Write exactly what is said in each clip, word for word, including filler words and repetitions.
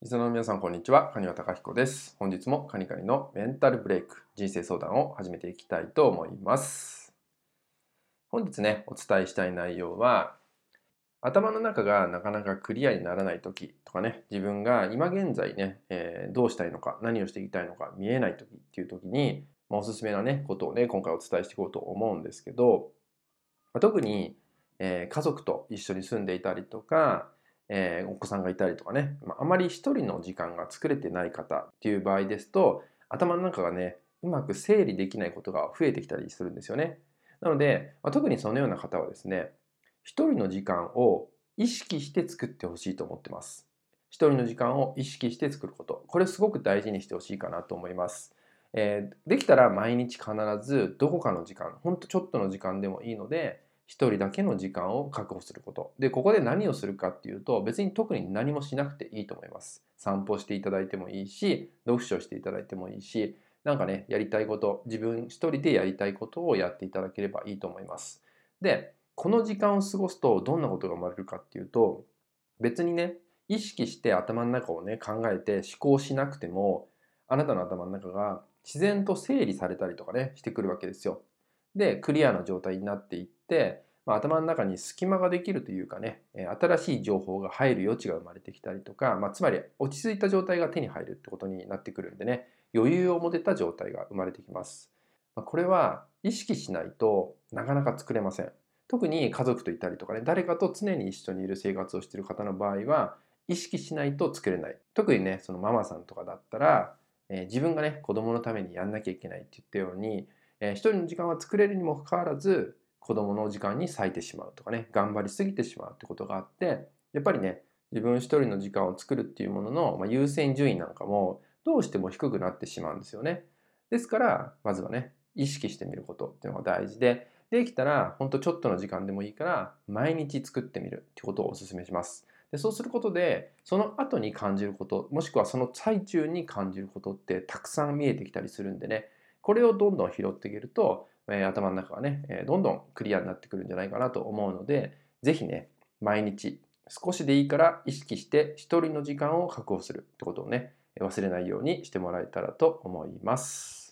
リスナーの皆さん、こんにちは。カニワタカヒコです。本日もカニカニのメンタルブレイク、人生相談を始めていきたいと思います。本日ね、お伝えしたい内容は、頭の中がなかなかクリアにならないときとかね、自分が今現在ね、えーどうしたいのか、何をしていきたいのか見えないときっていうときに、まあ、おすすめなね、ことをね、今回お伝えしていこうと思うんですけど、まあ特に、えー家族と一緒に住んでいたりとか、えーお子さんがいたりとかね、まあ、あまり一人の時間が作れてない方っていう場合ですと、頭の中がね、うまく整理できないことが増えてきたりするんですよね。なので、まあ、特にそのような方はですね、一人の時間を意識して作ってほしいと思ってます。一人の時間を意識して作ること。これすごく大事にしてほしいかなと思います。えーできたら毎日必ずどこかの時間、ほんとちょっとの時間でもいいので、一人だけの時間を確保すること。で、ここで何をするかっていうと、別に特に何もしなくていいと思います。散歩していただいてもいいし、読書していただいてもいいし、なんかね、やりたいこと、自分一人でやりたいことをやっていただければいいと思います。で、この時間を過ごすとどんなことが生まれるかっていうと、別にね、意識して頭の中をね、考えて思考しなくても、あなたの頭の中が自然と整理されたりとかね、してくるわけですよ。で、クリアな状態になっていって、まあ、頭の中に隙間ができるというかね、えー新しい情報が入る余地が生まれてきたりとか、まあ、つまり落ち着いた状態が手に入るってことになってくるんでね、余裕を持てた状態が生まれてきます。まあ、これは意識しないとなかなか作れません。特に家族といたりとかね、誰かと常に一緒にいる生活をしている方の場合は、意識しないと作れない。特にね、そのママさんとかだったら、えー自分がね、子供のためにやんなきゃいけないって言ったように、えー一人の時間は作れるにもかかわらず、子供の時間に割いてしまうとかね、頑張りすぎてしまうってことがあって、やっぱりね、自分一人の時間を作るっていうものの、まあ、優先順位なんかもどうしても低くなってしまうんですよね。ですから、まずはね、意識してみることっていうのが大事で、できたら、ほんとちょっとの時間でもいいから、毎日作ってみるってことをお勧めします。で、そうすることで、その後に感じること、もしくはその最中に感じることってたくさん見えてきたりするんでね、これをどんどん拾っていけると、えー頭の中がね、えーどんどんクリアになってくるんじゃないかなと思うので、ぜひね、毎日少しでいいから意識して一人の時間を確保するってことをね、忘れないようにしてもらえたらと思います。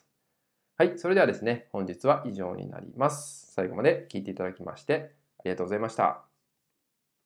はい、それではですね、本日は以上になります。最後まで聞いていただきましてありがとうございました。